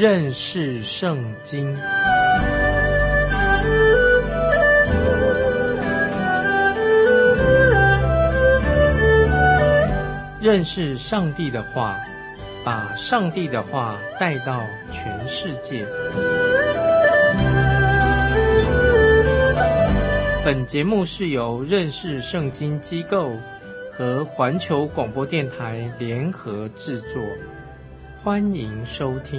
认识圣经。认识上帝的话，把上帝的话带到全世界。本节目是由认识圣经机构和环球广播电台联合制作，欢迎收听。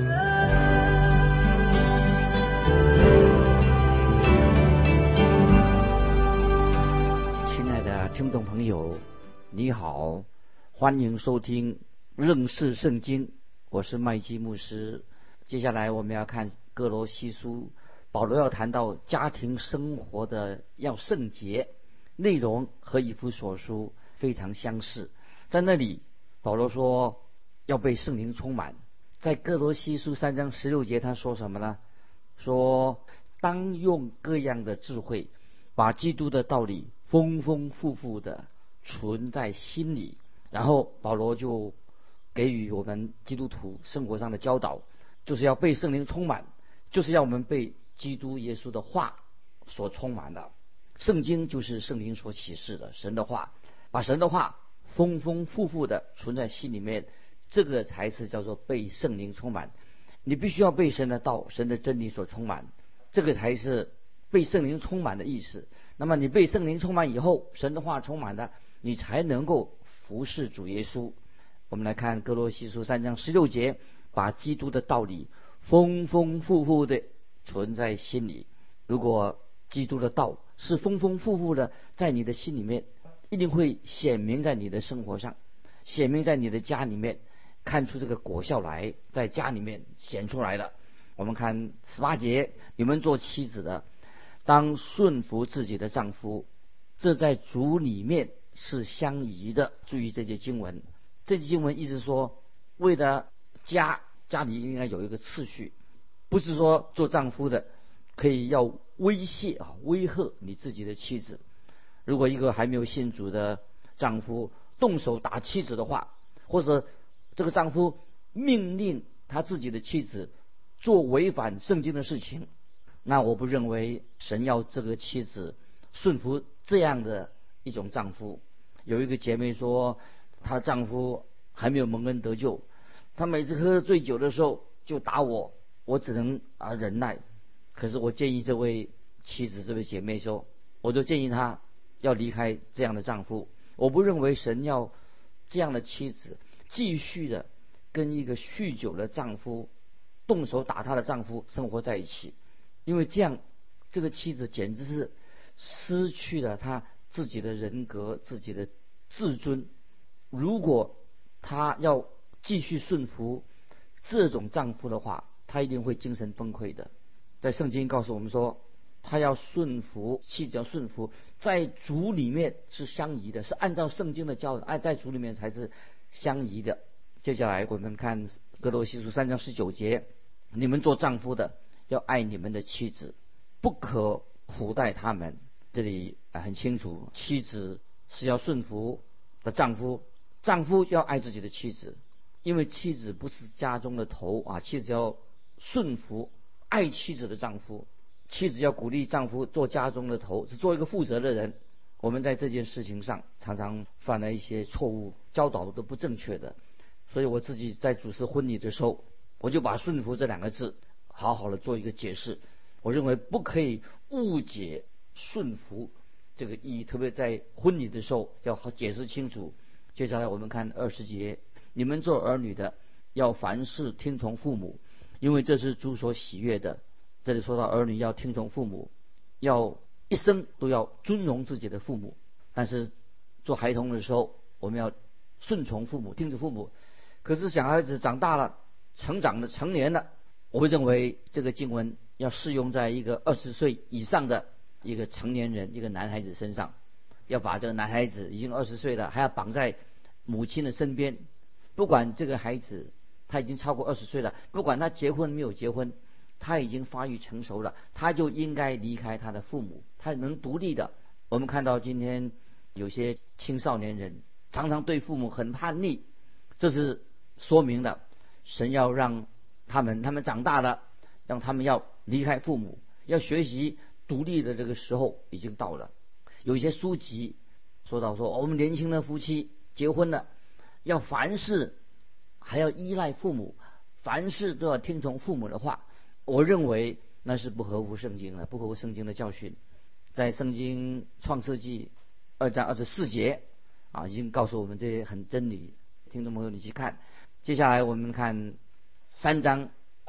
亲爱的听众朋友，你好，欢迎收听认识圣经，我是麦基牧师。接下来我们要看哥罗西书，保罗要谈到家庭生活的要圣洁，内容和以弗所书非常相似。在那里保罗说要被圣灵充满，在哥罗西书3章16节他说什么呢？说当用各样的智慧，把基督的道理丰丰富富的存在心里。然后保罗就给予我们基督徒生活上的教导，就是要被圣灵充满，就是要我们被基督耶稣的话所充满的。圣经就是圣灵所启示的神的话，把神的话丰丰富富的存在心里面，这个才是叫做被圣灵充满。你必须要被神的道、神的真理所充满，这个才是被圣灵充满的意思。那么你被圣灵充满以后，神的话充满了，你才能够服侍主耶稣。我们来看哥罗西书3章16节，把基督的道理丰丰富富的存在心里。如果基督的道是丰丰富富的在你的心里面，一定会显明在你的生活上，显明在你的家里面，看出这个果效来，在家里面显出来了。我们看18节，你们做妻子的当顺服自己的丈夫，这在主里面是相宜的。注意这节经文，这节经文意思说，为了家里应该有一个次序，不是说做丈夫的可以要威胁威吓你自己的妻子。如果一个还没有信主的丈夫动手打妻子的话，或者这个丈夫命令他自己的妻子做违反圣经的事情，那我不认为神要这个妻子顺服这样的一种丈夫。有一个姐妹说，她丈夫还没有蒙恩得救，他每次喝醉酒的时候就打我，我只能忍耐。可是我建议这位妻子，这位姐妹说，我就建议她要离开这样的丈夫。我不认为神要这样的妻子继续的跟一个酗酒的丈夫动手打她的丈夫生活在一起，因为这样这个妻子简直是失去了她自己的人格、自己的自尊。如果她要继续顺服这种丈夫的话，她一定会精神崩溃的。在圣经告诉我们说，她要顺服，妻子要顺服，在主里面是相宜的，是按照圣经的教导，在主里面才是相宜的。接下来我们看哥罗西书3章19节，你们做丈夫的要爱你们的妻子，不可苦待他们。这里很清楚，妻子是要顺服的丈夫，丈夫要爱自己的妻子，因为妻子不是家中的头妻子要顺服爱妻子的丈夫，妻子要鼓励丈夫做家中的头，是做一个负责的人。我们在这件事情上常常犯了一些错误，教导都不正确的，所以我自己在主持婚礼的时候，我就把顺服这2个字好好的做一个解释。我认为不可以误解顺服这个意义，特别在婚礼的时候要好解释清楚。接下来我们看20节，你们做儿女的要凡事听从父母，因为这是主所喜悦的。这里说到儿女要听从父母，要一生都要尊荣自己的父母。但是做孩童的时候，我们要顺从父母，听从父母。可是小孩子长大了，成长了，成年了，我会认为这个经文要适用在一个20岁以上的一个成年人，一个男孩子身上。要把这个男孩子已经20岁了，还要绑在母亲的身边，不管这个孩子他已经超过20岁了，不管他结婚没有结婚，他已经发育成熟了，他就应该离开他的父母，他能独立的。我们看到今天有些青少年人常常对父母很叛逆，这是说明了神要让他们长大了，让他们要离开父母，要学习独立的这个时候已经到了。有一些书籍说到说，我们年轻的夫妻结婚了，要凡事还要依赖父母，凡事都要听从父母的话。我认为那是不合乎圣经的，不合乎圣经的教训。在圣经创世纪2章24节已经告诉我们这些很真理。听众朋友，你去看。接下来我们看3章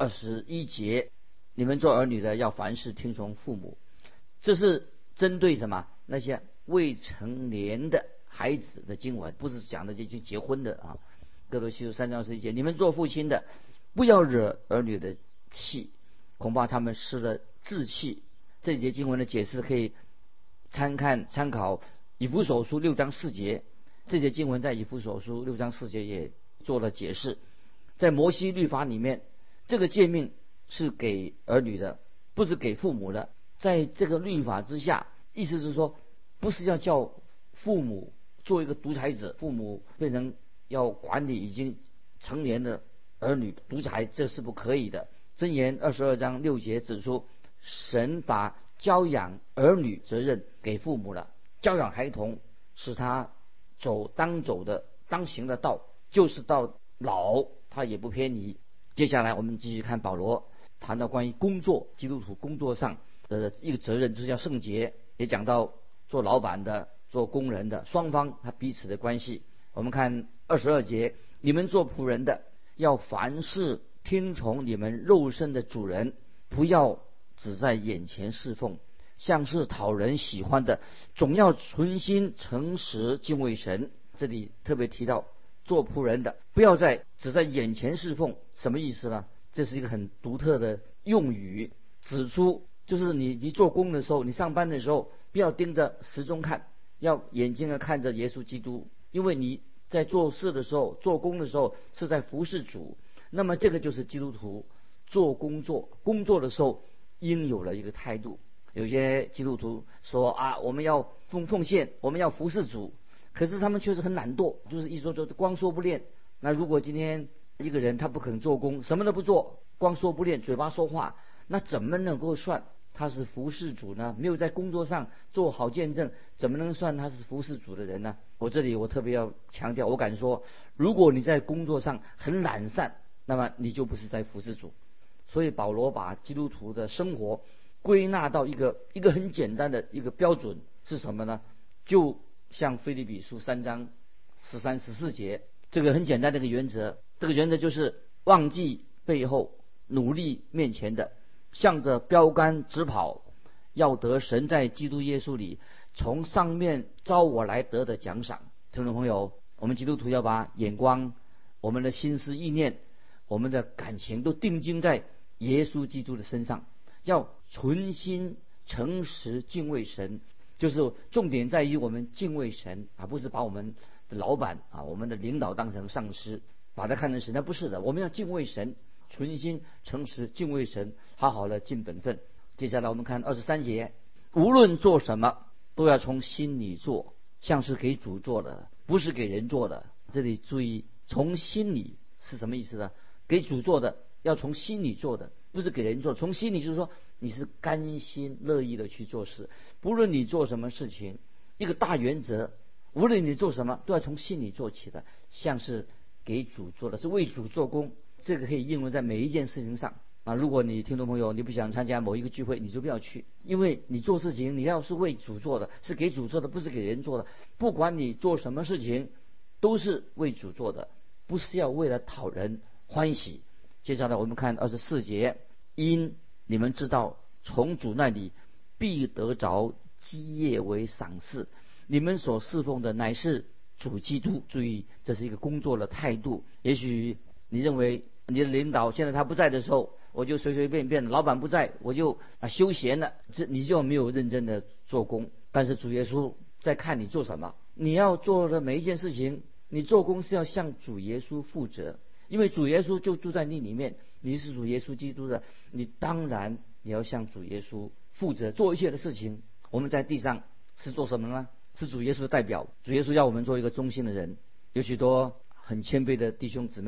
21节，你们做儿女的要凡事听从父母。这是针对什么？那些未成年的孩子的经文，不是讲的已经结婚的啊。哥罗西书3章21节，你们做父亲的不要惹儿女的气，恐怕他们失了志气。这节经文的解释可以参考以弗所书6章4节，这节经文在以弗所书6章4节也做了解释。在摩西律法里面，这个诫命是给儿女的，不是给父母的。在这个律法之下，意思是说，不是要叫父母做一个独裁者，父母变成要管理已经成年的儿女独裁，这是不可以的。箴言22章6节指出，神把教养儿女责任给父母了，教养孩童，使他走当走的当行的道，就是到老他也不偏离。接下来我们继续看保罗谈到关于工作，基督徒工作上的一个责任就是要圣洁，也讲到做老板的做工人的双方他彼此的关系。我们看22节，你们做仆人的要凡事听从你们肉身的主人，不要只在眼前侍奉，像是讨人喜欢的，总要存心诚实敬畏神。这里特别提到做仆人的不要只在眼前侍奉，什么意思呢？这是一个很独特的用语，指出就是你做工的时候，你上班的时候，不要盯着时钟看，要眼睛看着耶稣基督，因为你在做事的时候，做工的时候是在服侍主。那么这个就是基督徒做工作的时候应有的一个态度。有些基督徒说我们要奉献，我们要服侍主，可是他们确实很懒惰，就是一说就光说不练。那如果今天一个人他不肯做工，什么都不做，光说不练，嘴巴说话，那怎么能够算他是服侍主呢？没有在工作上做好见证，怎么能算他是服侍主的人呢？我特别要强调，我敢说，如果你在工作上很懒散，那么你就不是在服侍主。所以保罗把基督徒的生活归纳到一个很简单的一个标准是什么呢？就像腓立比书3章13、14节，这个很简单的一个原则。这个原则就是忘记背后，努力面前的，向着标杆直跑，要得神在基督耶稣里从上面招我来得的奖赏。听众朋友，我们基督徒要把眼光、我们的心思意念、我们的感情都定睛在耶稣基督的身上，要存心诚实敬畏神，就是重点在于我们敬畏神，而不是把我们的老板我们的领导当成上司，把他看成神。那不是的，我们要敬畏神，存心诚实敬畏神，好好的尽本分。接下来我们看23节，无论做什么都要从心里做，像是给主做的，不是给人做的。这里注意，从心里是什么意思呢？给主做的要从心里做的，不是给人做。从心里就是说你是甘心乐意的去做事，不论你做什么事情，一个大原则，无论你做什么都要从心里做起的，像是给主做的，是为主做工。这个可以应用在每一件事情上。如果你听众朋友你不想参加某一个聚会，你就不要去，因为你做事情你要是为主做的，是给主做的，不是给人做的。不管你做什么事情都是为主做的，不是要为了讨人欢喜。接下来我们看24节，因你们知道从主那里必得着基业为赏赐，你们所侍奉的乃是主基督。注意，这是一个工作的态度。也许你认为你的领导现在他不在的时候，我就随随便便的，老板不在我就休闲了，你就没有认真的做工。但是主耶稣在看你做什么，你要做的每一件事情，你做工是要向主耶稣负责，因为主耶稣就住在你里面，你是主耶稣基督的，你当然你要向主耶稣负责做一切的事情。我们在地上是做什么呢？是主耶稣的代表。主耶稣要我们做一个忠心的人。有许多很谦卑的弟兄姊妹，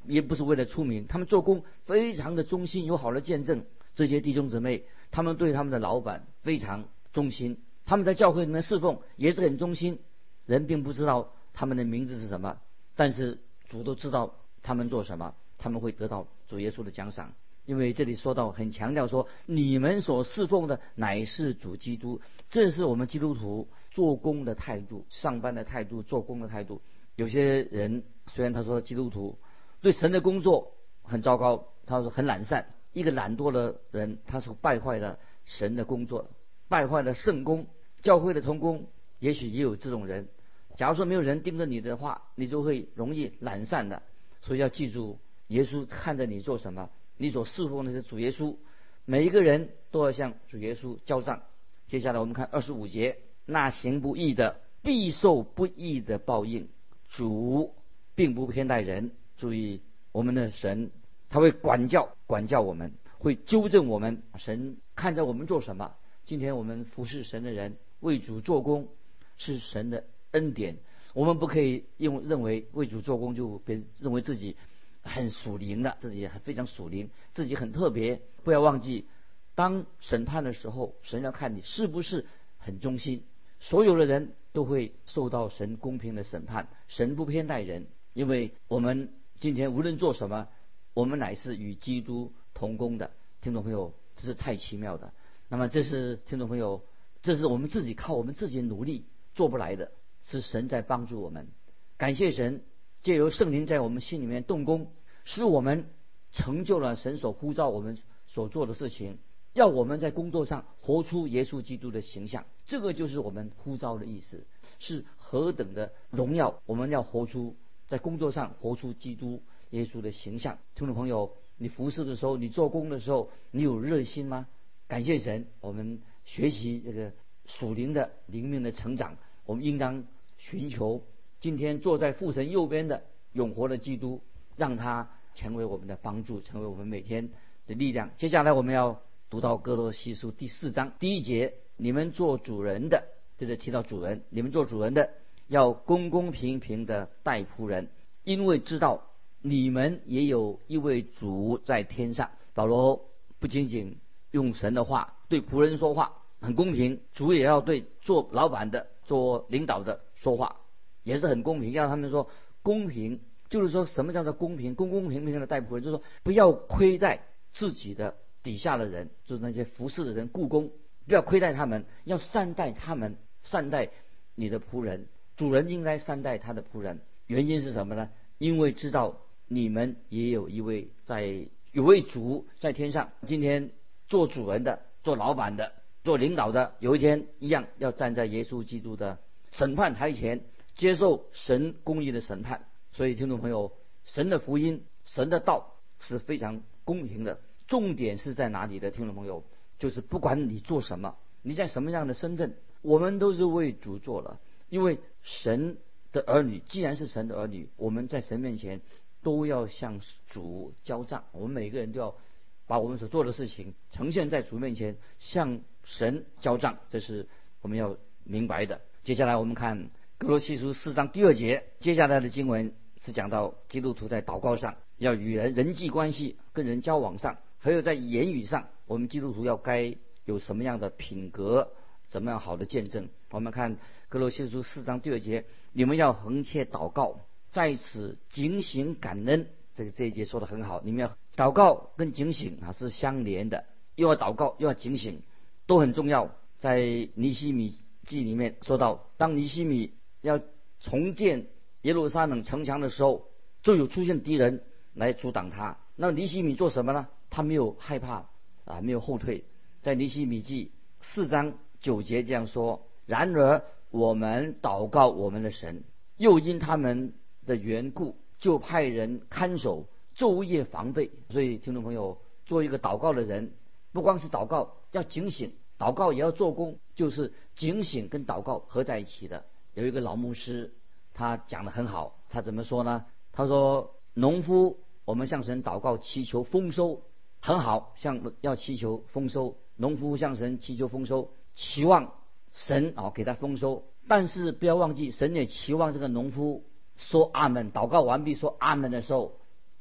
也不是为了出名，他们做工非常的忠心，有好的见证。这些弟兄姊妹，他们对他们的老板非常忠心，他们在教会里面侍奉也是很忠心。人并不知道他们的名字是什么，但是主都知道他们做什么，他们会得到主耶稣的奖赏。因为这里说到很强调说，你们所侍奉的乃是主基督，这是我们基督徒做工的态度，上班的态度，做工的态度。有些人虽然他说基督徒对神的工作很糟糕，他说很懒散，一个懒惰的人，他是败坏了神的工作，败坏了圣工。教会的同工也许也有这种人，假如说没有人盯着你的话，你就会容易懒散的。所以要记住，耶稣看着你做什么，你所侍奉的是主耶稣，每一个人都要向主耶稣交账。接下来我们看25节，那行不义的必受不义的报应，主并不偏待人。注意，我们的神他会管教我们，会纠正我们。神看着我们做什么。今天我们服侍神的人，为主做工是神的恩典，我们不可以认为为主做工就认为自己很属灵的，自己非常属灵，自己很特别。不要忘记，当审判的时候，神要看你是不是很忠心。所有的人都会受到神公平的审判，神不偏待人。因为我们今天无论做什么，我们乃是与基督同工的。听众朋友，这是太奇妙的。那么这是听众朋友，这是我们自己靠我们自己努力做不来的，是神在帮助我们。感谢神，借由圣灵在我们心里面动工，使我们成就了神所呼召我们所做的事情，要我们在工作上活出耶稣基督的形象。这个就是我们呼召的意思，是何等的荣耀。我们要活出，在工作上活出基督耶稣的形象。听众朋友，你服侍的时候，你做工的时候，你有热心吗？感谢神，我们学习这个属灵的灵命的成长，我们应当寻求今天坐在父神右边的永活的基督，让他成为我们的帮助，成为我们每天的力量。接下来我们要读到哥罗西书第4章第1节，你们做主人的，这里提到主人，你们做主人的要公公平平的待仆人，因为知道你们也有一位主在天上。保罗不仅仅用神的话对仆人说话很公平，主也要对做老板的、做领导的说话，也是很公平。要他们说公平，就是说什么叫做公平？公公平平的待仆人，就是说不要亏待自己的底下的人，就是那些服侍的人、雇工，不要亏待他们，要善待他们，善待你的仆人。主人应该善待他的仆人，原因是什么呢？因为知道你们也有一位主在天上。今天做主人的、做老板的、做领导的，有一天一样要站在耶稣基督的审判台前，接受神公义的审判。所以听众朋友，神的福音、神的道是非常公平的。重点是在哪里的？听众朋友，就是不管你做什么，你在什么样的身份，我们都是为主做了。因为神的儿女，既然是神的儿女，我们在神面前都要向主交账。我们每个人都要把我们所做的事情呈现在主面前，向神交账，这是我们要明白的。接下来我们看哥罗西书4章第2节，接下来的经文是讲到基督徒在祷告上要与人际关系、跟人交往上，还有在言语上，我们基督徒要该有什么样的品格，怎么样好的见证。我们看哥罗西书4章第2节，你们要恒切祷告，在此警醒感恩。这一节说得很好，你们要祷告跟警醒是相连的，又要祷告又要警醒，都很重要。在尼希米记里面说到，当尼希米要重建耶路撒冷城墙的时候，就有出现敌人来阻挡他。那尼希米做什么呢？他没有害怕没有后退。在尼希米记4章9节这样说，然而我们祷告我们的神，又因他们的缘故，就派人看守，昼夜防备。所以听众朋友，做一个祷告的人，不光是祷告要警醒，祷告也要做工，就是警醒跟祷告合在一起的。有一个老牧师他讲得很好，他怎么说呢？他说农夫我们向神祷告祈求丰收，很好，要祈求丰收，农夫向神祈求丰收，期望神给他丰收。但是不要忘记，神也期望这个农夫说阿门，祷告完毕说阿门的时候，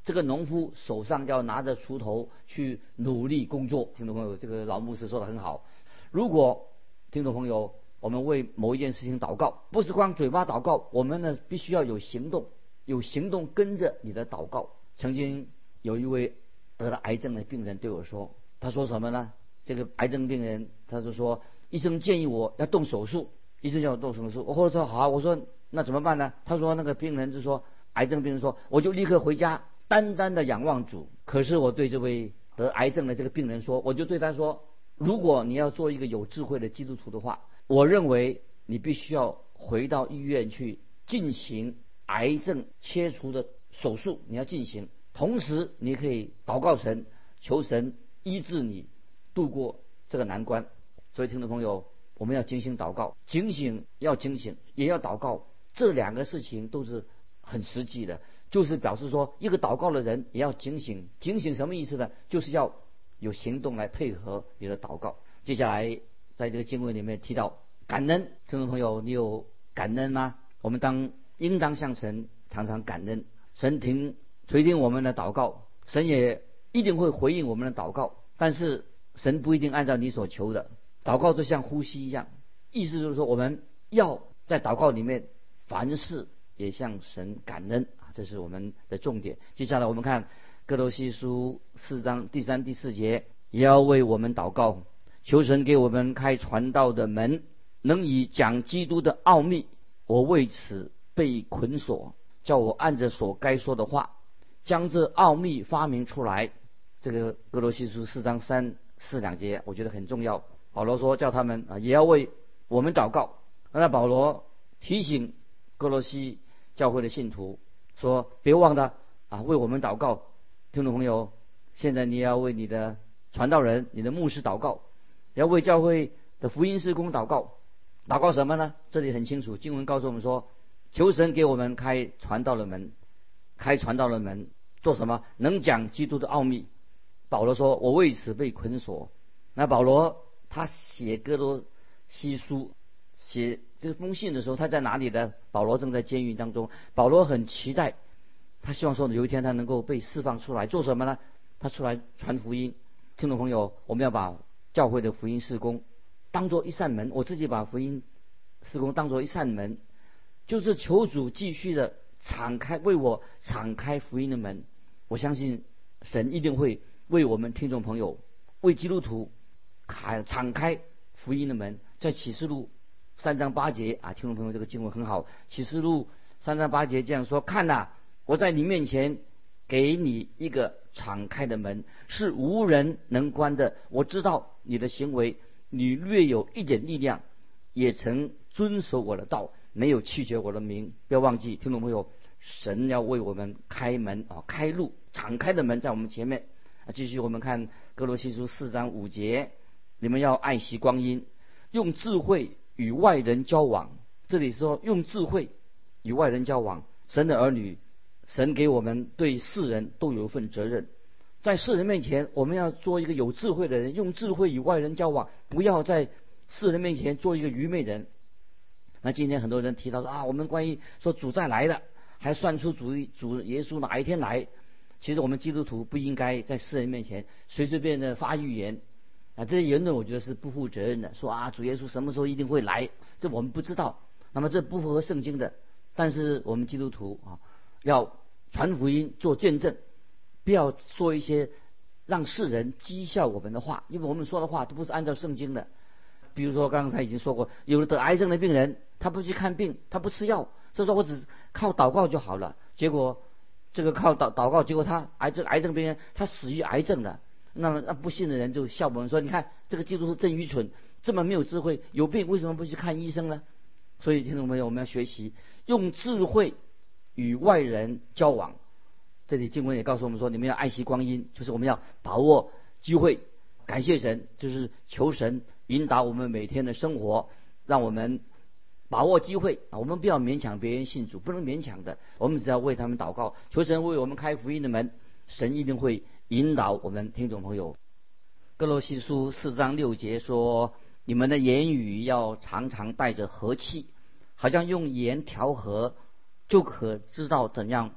这个农夫手上要拿着锄头去努力工作。听众朋友，这个老牧师说得很好。如果听众朋友，我们为某一件事情祷告，不是光嘴巴祷告，我们呢必须要有行动，有行动跟着你的祷告。曾经有一位得了癌症的病人对我说，他说什么呢？这个癌症病人他就说，医生建议我要动手术，医生叫我动手术，我或者说好，我说那怎么办呢？他说那个病人就说，癌症病人说，我就立刻回家，单单的仰望主。可是我对这位得癌症的这个病人说，我就对他说，如果你要做一个有智慧的基督徒的话，我认为你必须要回到医院去进行癌症切除的手术，你要进行，同时你可以祷告神，求神医治你，度过这个难关。所以听众朋友，我们要警醒祷告，警醒要警醒，也要祷告，这两个事情都是很实际的，就是表示说一个祷告的人也要警醒。警醒什么意思呢？就是要有行动来配合你的祷告。接下来在这个经文里面提到感恩，听众朋友，你有感恩吗？我们应当向神常常感恩，神垂听我们的祷告，神也一定会回应我们的祷告，但是神不一定按照你所求的。祷告就像呼吸一样，意思就是说我们要在祷告里面凡事也向神感恩，这是我们的重点。接下来我们看哥罗西书4章第3、第4节，也要为我们祷告，求神给我们开传道的门，能以讲基督的奥秘。我为此被捆锁，叫我按着所该说的话，将这奥秘发明出来。这个哥罗西书4章3、4两节我觉得很重要。保罗说叫他们也要为我们祷告。那保罗提醒哥罗西教会的信徒说，别忘了为我们祷告。听众朋友，现在你要为你的传道人、你的牧师祷告，要为教会的福音事工祷告。祷告什么呢？这里很清楚，经文告诉我们说，求神给我们开传道的门。开传道的门做什么？能讲基督的奥秘。保罗说，我为此被捆锁。那保罗他写哥罗西书，写这封信的时候，他在哪里呢？保罗正在监狱当中。保罗很期待，他希望说有一天他能够被释放出来，做什么呢？他出来传福音。听众朋友，我们要把教会的福音事工当作一扇门，我自己把福音事工当作一扇门，就是求主继续的为我敞开福音的门。我相信神一定会为我们听众朋友，为基督徒敞开福音的门。在启示录3章8节听众朋友，这个经文很好。启示录3章8节这样说，看我在你面前给你一个敞开的门，是无人能关的。我知道你的行为，你略有一点力量，也曾遵守我的道，没有弃绝我的名。不要忘记，听众朋友，神要为我们开门开路，敞开的门在我们前面。继续我们看哥罗西书4章5节，你们要爱惜光阴，用智慧与外人交往。这里说用智慧与外人交往，神的儿女，神给我们对世人都有一份责任。在世人面前，我们要做一个有智慧的人，用智慧与外人交往，不要在世人面前做一个愚昧人。那今天很多人提到说我们关于说主再来了，还算出主耶稣哪一天来。其实我们基督徒不应该在世人面前随随便的发预言这些言论我觉得是不负责任的。说主耶稣什么时候一定会来，这我们不知道，那么这不符合圣经的。但是我们基督徒要传福音，做见证，不要说一些让世人讥笑我们的话，因为我们说的话都不是按照圣经的。比如说刚才已经说过，有了得癌症的病人，他不去看病，他不吃药，所以说我只靠祷告就好了。结果这个靠祷告，结果他癌症病人他死于癌症了。那么不信的人就笑我们说，你看这个基督徒真愚蠢，这么没有智慧，有病为什么不去看医生呢？所以听众朋友，我们要学习用智慧与外人交往。这里经文也告诉我们说，你们要爱惜光阴，就是我们要把握机会。感谢神，就是求神引导我们每天的生活，让我们把握机会我们不要勉强别人信主，不能勉强的，我们只要为他们祷告，求神为我们开福音的门，神一定会引导我们听众朋友。哥罗西书4章6节说，你们的言语要常常带着和气，好像用盐调和，就可知道怎样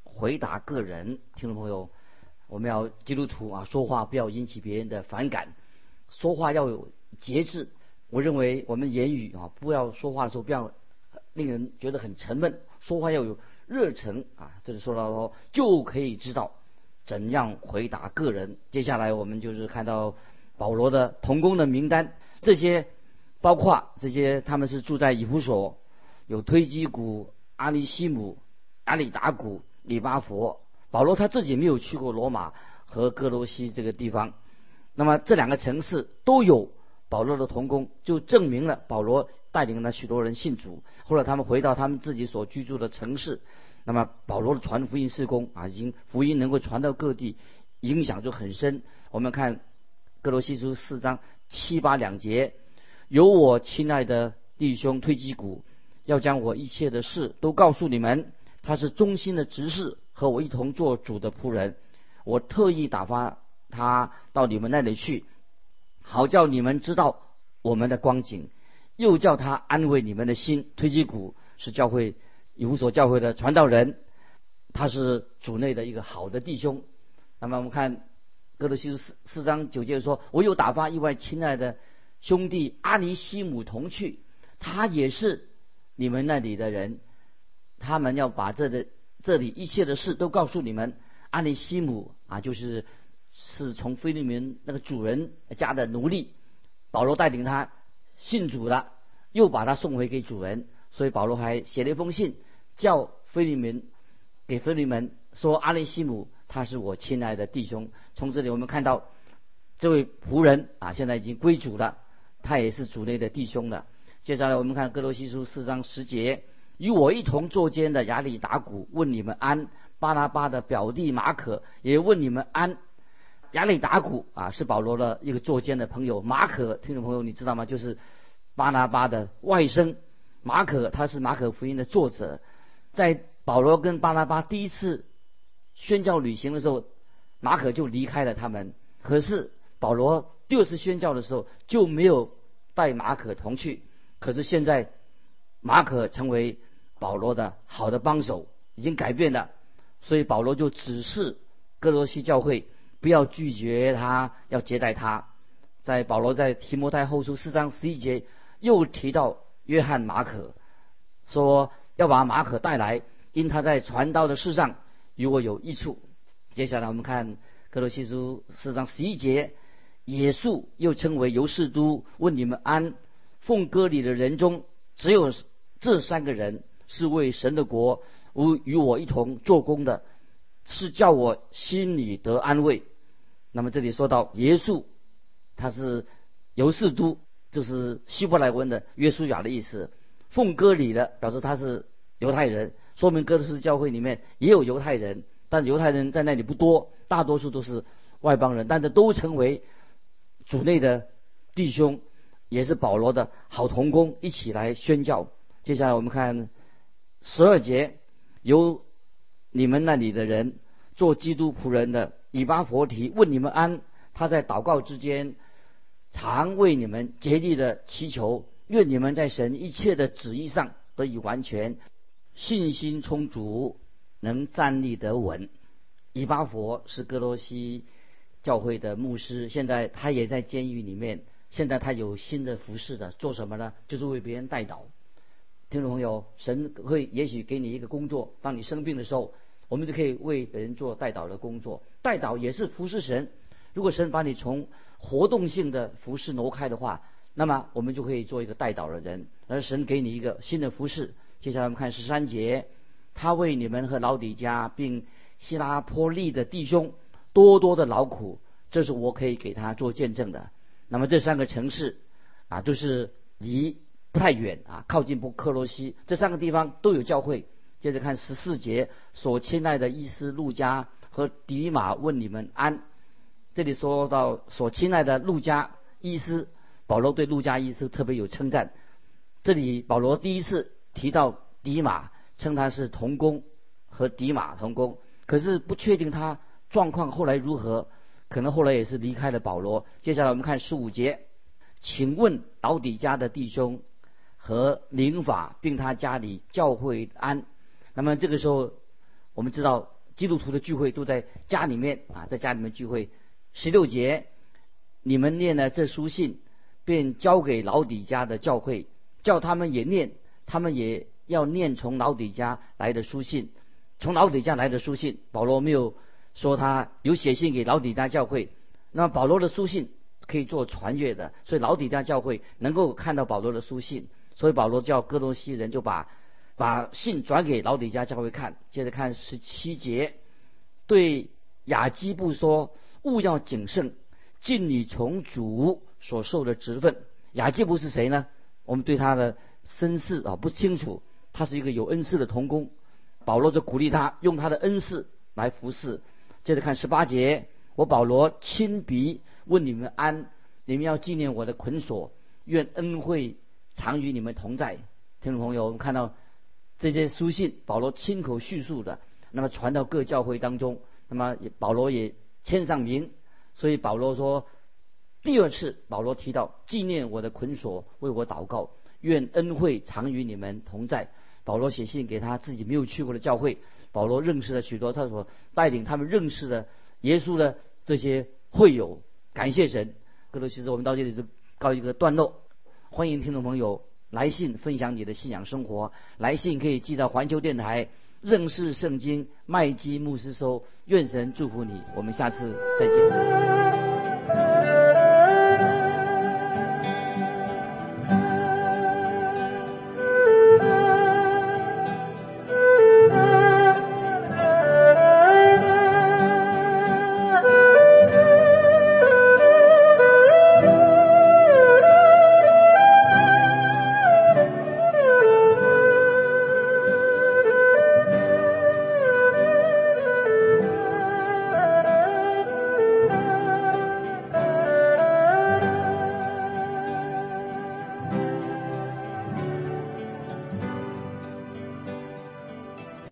回答个人。听众朋友，我们要基督徒说话不要引起别人的反感，说话要有节制。我认为我们言语不要说话的时候不要令人觉得很沉闷，说话要有热忱这是说到就可以知道怎样回答个人。接下来我们就是看到保罗的同工的名单，这些包括这些他们是住在以弗所，有推基古、阿尼西姆、阿里达古、以巴弗。保罗他自己没有去过罗马和哥罗西这个地方，那么这两个城市都有保罗的同工，就证明了保罗带领了许多人信主。后来他们回到他们自己所居住的城市，那么保罗的传福音事工已经福音能够传到各地，影响就很深。我们看哥罗西书4章7、8两节，有我亲爱的弟兄推基古，要将我一切的事都告诉你们，他是忠心的执事，和我一同做主的仆人。我特意打发他到你们那里去，好叫你们知道我们的光景，又叫他安慰你们的心。推基古是教会以弗所教会的传道人，他是主内的一个好的弟兄。那么我们看哥罗西书4章9节说，我又打发一位亲爱的兄弟阿尼西姆同去，他也是你们那里的人，他们要把这里一切的事都告诉你们。阿尼西姆就是从腓利门那个主人家的奴隶，保罗带领他信主了，又把他送回给主人，所以保罗还写了一封信叫给腓利门说，阿尼西姆他是我亲爱的弟兄。从这里我们看到这位仆人现在已经归主了，他也是主内的弟兄了。接下来我们看哥罗西书4章10节，与我一同坐监的亚里达古问你们安，巴拿巴的表弟马可也问你们安。亚里达古是保罗的一个坐监的朋友，马可听众朋友你知道吗？就是巴拿巴的外甥。马可他是马可福音的作者，在保罗跟巴拿巴第一次宣教旅行的时候，马可就离开了他们，可是保罗第二次宣教的时候就没有带马可同去。可是现在马可成为保罗的好的帮手，已经改变了，所以保罗就指示哥罗西教会不要拒绝他，要接待他。保罗在提摩太后书4章11节又提到约翰马可，说要把马可带来，因他在传道的事上与我有益处。接下来我们看哥罗西书4章11节，耶稣又称为犹士都，问你们安。奉割礼的人中只有这3个人是为神的国与我一同做工的，是叫我心里得安慰。那么这里说到耶稣他是犹士都，就是希伯来文的约书亚的意思。奉割礼的表示他是犹太人，说明哥罗西教会里面也有犹太人，但犹太人在那里不多，大多数都是外邦人，但是都成为主内的弟兄，也是保罗的好同工，一起来宣教。接下来我们看12节，由你们那里的人做基督仆人的以巴弗提问你们安，他在祷告之间常为你们竭力的祈求，愿你们在神一切的旨意上得以完全，信心充足，能站立得稳。以巴弗是哥罗西教会的牧师，现在他也在监狱里面，现在他有新的服事的，做什么呢？就是为别人代祷。听众朋友，神会也许给你一个工作，当你生病的时候，我们就可以为别人做代祷的工作。代祷也是服侍神，如果神把你从活动性的服侍挪开的话，那么我们就可以做一个代祷的人，而神给你一个新的服侍。接下来我们看13节，他为你们和老底嘉并希拉波利的弟兄多多的劳苦，这是我可以给他做见证的。那么这3个城市都是离不太远靠近科罗西，这3个地方都有教会。接着看14节，所亲爱的伊斯路加和迪马问你们安。这里说到所亲爱的路加伊斯，保罗对路加伊斯特别有称赞。这里保罗第一次提到迪马，称他是同工，和迪马同工，可是不确定他状况后来如何，可能后来也是离开了保罗。接下来我们看15节，请问老底嘉的弟兄和宁法并他家里教会安。那么这个时候我们知道基督徒的聚会都在家里面啊，在家里面聚会。16节，你们念了这书信，便交给老底嘉的教会，叫他们也念，他们也要念从老底嘉来的书信。从老底嘉来的书信，保罗没有说他有写信给老底嘉教会。那么保罗的书信可以做传阅的，所以老底嘉教会能够看到保罗的书信，所以保罗叫哥罗西人就把信转给老底嘉教会看。接着看17节，对雅基布说，务要谨慎，尽你从主所受的职分。雅基布是谁呢？我们对他的身世不清楚，他是一个有恩赐的同工。保罗就鼓励他用他的恩赐来服侍。接着看18节，我保罗亲笔问你们安，你们要纪念我的捆锁，愿恩惠常与你们同在。听众朋友，我们看到这些书信，保罗亲口叙述的，那么传到各教会当中，那么保罗也签上名。所以保罗说，第二次保罗提到纪念我的捆锁，为我祷告，愿恩惠常与你们同在。保罗写信给他自己没有去过的教会，保罗认识了许多他所带领他们认识的耶稣的这些会友，感谢神。各位，其实我们到这里就告一个段落。欢迎听众朋友来信分享你的信仰生活，来信可以寄到环球电台认识圣经麦基牧师收。愿神祝福你，我们下次再见。